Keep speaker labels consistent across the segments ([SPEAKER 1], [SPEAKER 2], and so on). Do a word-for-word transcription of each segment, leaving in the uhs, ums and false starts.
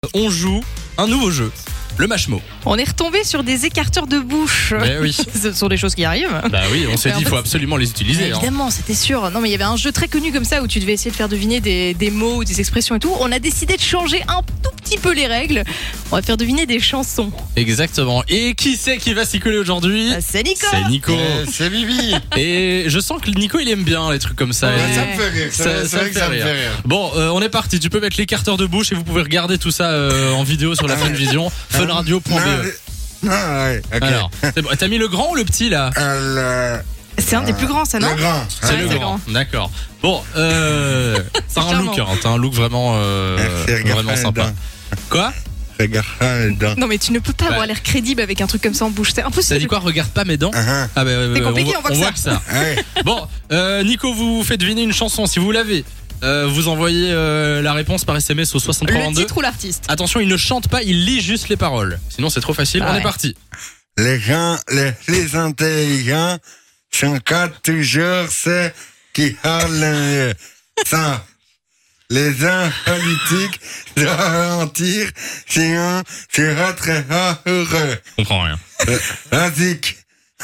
[SPEAKER 1] On joue un nouveau jeu, le Mashmo.
[SPEAKER 2] On est retombé sur des écarteurs de bouche.
[SPEAKER 1] Mais oui.
[SPEAKER 2] Ce sont des choses qui arrivent.
[SPEAKER 1] Bah oui, on s'est
[SPEAKER 2] Mais en
[SPEAKER 1] dit il faut
[SPEAKER 2] fait,
[SPEAKER 1] absolument les utiliser. hein.
[SPEAKER 2] Évidemment, c'était sûr. Non, mais il y avait un jeu très connu comme ça où tu devais essayer de faire deviner des, des mots ou des expressions et tout. On a décidé de changer un tout petit peu les règles. On va faire deviner des chansons.
[SPEAKER 1] Exactement. Et qui c'est qui va s'y coller aujourd'hui?
[SPEAKER 2] Ah, c'est Nico.
[SPEAKER 1] C'est Nico.
[SPEAKER 3] Euh, c'est Bibi.
[SPEAKER 1] Et je sens que Nico il aime bien les trucs comme ça.
[SPEAKER 2] Ouais.
[SPEAKER 1] Et-
[SPEAKER 3] Ça me fait rire.
[SPEAKER 1] Ça-
[SPEAKER 3] Ça,
[SPEAKER 1] ça
[SPEAKER 3] c'est vrai
[SPEAKER 1] me
[SPEAKER 3] que
[SPEAKER 1] fait
[SPEAKER 3] ça me
[SPEAKER 1] rire.
[SPEAKER 3] fait rire.
[SPEAKER 1] Bon, euh, on est parti. Tu peux mettre l'écarteur de bouche et vous pouvez regarder tout ça euh, en vidéo sur la
[SPEAKER 3] Ah.
[SPEAKER 1] Funvision, funradio point b e.
[SPEAKER 3] Non, ouais, ok.
[SPEAKER 1] Alors, c'est bon. T'as mis le grand ou le petit là?
[SPEAKER 3] Euh,
[SPEAKER 2] C'est un des plus grands, ça, non?
[SPEAKER 3] le grand.
[SPEAKER 1] C'est
[SPEAKER 2] Ouais,
[SPEAKER 1] le
[SPEAKER 2] c'est
[SPEAKER 1] grand. D'accord. Bon, euh, t'as un
[SPEAKER 2] charmant.
[SPEAKER 1] look, hein, t'as un look vraiment, euh,
[SPEAKER 3] Merci, regarde
[SPEAKER 1] vraiment
[SPEAKER 3] les
[SPEAKER 1] sympa.
[SPEAKER 3] dents.
[SPEAKER 1] Quoi?
[SPEAKER 3] Regarde les dents.
[SPEAKER 2] Non, mais tu ne peux pas
[SPEAKER 1] Bah.
[SPEAKER 2] avoir l'air crédible avec un truc comme ça en bouche. C'est
[SPEAKER 1] T'as
[SPEAKER 2] impossible.
[SPEAKER 1] dit quoi? Regarde pas mes dents.
[SPEAKER 3] Ah, ah.
[SPEAKER 1] Ah bah, euh,
[SPEAKER 2] C'est compliqué, on voit que
[SPEAKER 1] on
[SPEAKER 2] ça.
[SPEAKER 1] que ça.
[SPEAKER 3] Ouais.
[SPEAKER 1] Bon, euh, Nico, vous faites deviner une chanson. Si vous l'avez, euh, vous envoyez euh, la réponse par S M S au soixante-trois
[SPEAKER 2] Le
[SPEAKER 1] vingt-deux.
[SPEAKER 2] titre ou l'artiste?
[SPEAKER 1] Attention, il ne chante pas, il lit juste les paroles. Sinon, c'est trop facile.
[SPEAKER 2] Ah
[SPEAKER 1] On
[SPEAKER 2] ouais.
[SPEAKER 1] est parti.
[SPEAKER 3] Les gens, les, les intelligents, sont quatre toujours ceux qui parlent le mieux. Sans les hommes politiques doivent ralentir, sinon tu seras très heureux.
[SPEAKER 1] Je comprends rien.
[SPEAKER 3] Basique.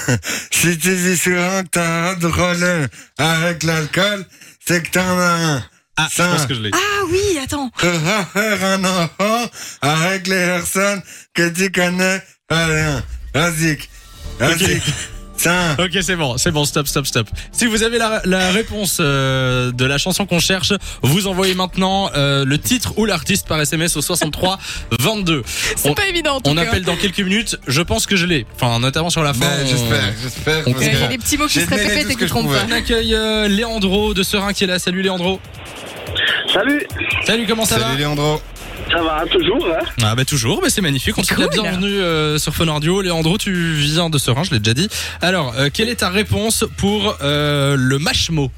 [SPEAKER 3] Si tu dis souvent que t'as un drôle avec l'alcool, c'est que t'en as un.
[SPEAKER 1] Ah, je
[SPEAKER 3] Ça.
[SPEAKER 1] pense que je l'ai.
[SPEAKER 2] Ah oui, attends.
[SPEAKER 3] Tu vas faire un enfant avec les personnes que tu connais pas bien. Basique. Basique. Ça.
[SPEAKER 1] Ok, c'est bon, c'est bon, stop, stop, stop. Si vous avez la, la réponse euh, de la chanson qu'on cherche, vous envoyez maintenant euh, le titre ou l'artiste par S M S au soixante-trois vingt-deux.
[SPEAKER 2] C'est
[SPEAKER 1] On,
[SPEAKER 2] pas évident. en tout
[SPEAKER 1] on
[SPEAKER 2] cas.
[SPEAKER 1] appelle dans quelques minutes. Je pense que je l'ai. Enfin, notamment sur la fin.
[SPEAKER 3] Ben,
[SPEAKER 1] on-
[SPEAKER 3] j'espère, j'espère.
[SPEAKER 1] on
[SPEAKER 3] parce
[SPEAKER 2] Il y a
[SPEAKER 3] que
[SPEAKER 2] des petits mots qui
[SPEAKER 3] j'ai
[SPEAKER 2] se
[SPEAKER 3] donné
[SPEAKER 2] répètent
[SPEAKER 3] tout
[SPEAKER 2] et
[SPEAKER 3] ce
[SPEAKER 2] qui
[SPEAKER 3] que je
[SPEAKER 2] trompent
[SPEAKER 3] pouvais.
[SPEAKER 2] pas.
[SPEAKER 1] On accueille euh, Léandro de Serein qui est là. Salut Léandro.
[SPEAKER 4] Salut,
[SPEAKER 1] Salut, comment ça
[SPEAKER 3] Salut
[SPEAKER 1] va?
[SPEAKER 3] Léandro.
[SPEAKER 4] ça va toujours hein?
[SPEAKER 1] Ah bah toujours, bah c'est magnifique. On te
[SPEAKER 2] C'est
[SPEAKER 1] souhaite la
[SPEAKER 2] cool.
[SPEAKER 1] bienvenue euh, sur Fun Radio. Léandro, tu viens de Serein, je l'ai déjà dit. Alors, euh, quelle est ta réponse pour euh, le Mashmo?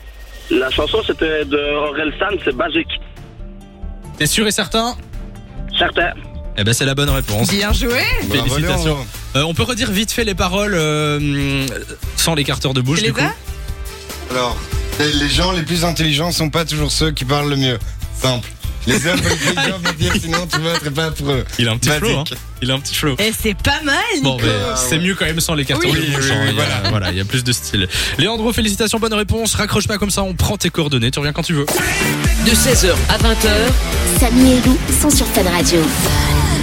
[SPEAKER 4] La chanson c'était de Orelsan, c'est basique.
[SPEAKER 1] T'es sûr et certain?
[SPEAKER 4] Certain.
[SPEAKER 1] Eh ben c'est la bonne réponse.
[SPEAKER 2] Bien joué.
[SPEAKER 3] Bravo,
[SPEAKER 1] Félicitations.
[SPEAKER 3] Léandro.
[SPEAKER 1] Euh, on peut redire vite fait les paroles euh, sans l'écarteur de bouche
[SPEAKER 2] Tu
[SPEAKER 1] du
[SPEAKER 2] les
[SPEAKER 1] coup.
[SPEAKER 2] as?
[SPEAKER 3] Alors, les, les gens les plus intelligents sont pas toujours ceux qui parlent le mieux. Simple. Les hommes intelligents vont dire sinon tu voterais pas pour eux.
[SPEAKER 1] Il a un petit
[SPEAKER 3] Basique.
[SPEAKER 1] flow, hein. Il a un petit flow.
[SPEAKER 2] Eh, c'est pas mal, Nico.
[SPEAKER 1] Bon, mais
[SPEAKER 3] Ah,
[SPEAKER 1] c'est
[SPEAKER 3] ouais.
[SPEAKER 1] mieux quand même sans l'écarteur
[SPEAKER 2] Oui,
[SPEAKER 1] de
[SPEAKER 3] oui,
[SPEAKER 1] bouche.
[SPEAKER 3] oui,
[SPEAKER 1] hein.
[SPEAKER 3] oui,
[SPEAKER 1] Il y a-
[SPEAKER 3] voilà.
[SPEAKER 1] voilà, il y a plus de style. Léandro, félicitations, bonne réponse. Raccroche pas comme ça, on prend tes coordonnées. Tu reviens quand tu veux.
[SPEAKER 5] De seize heures à vingt heures,
[SPEAKER 6] Samy et Lou sont sur Fun Radio.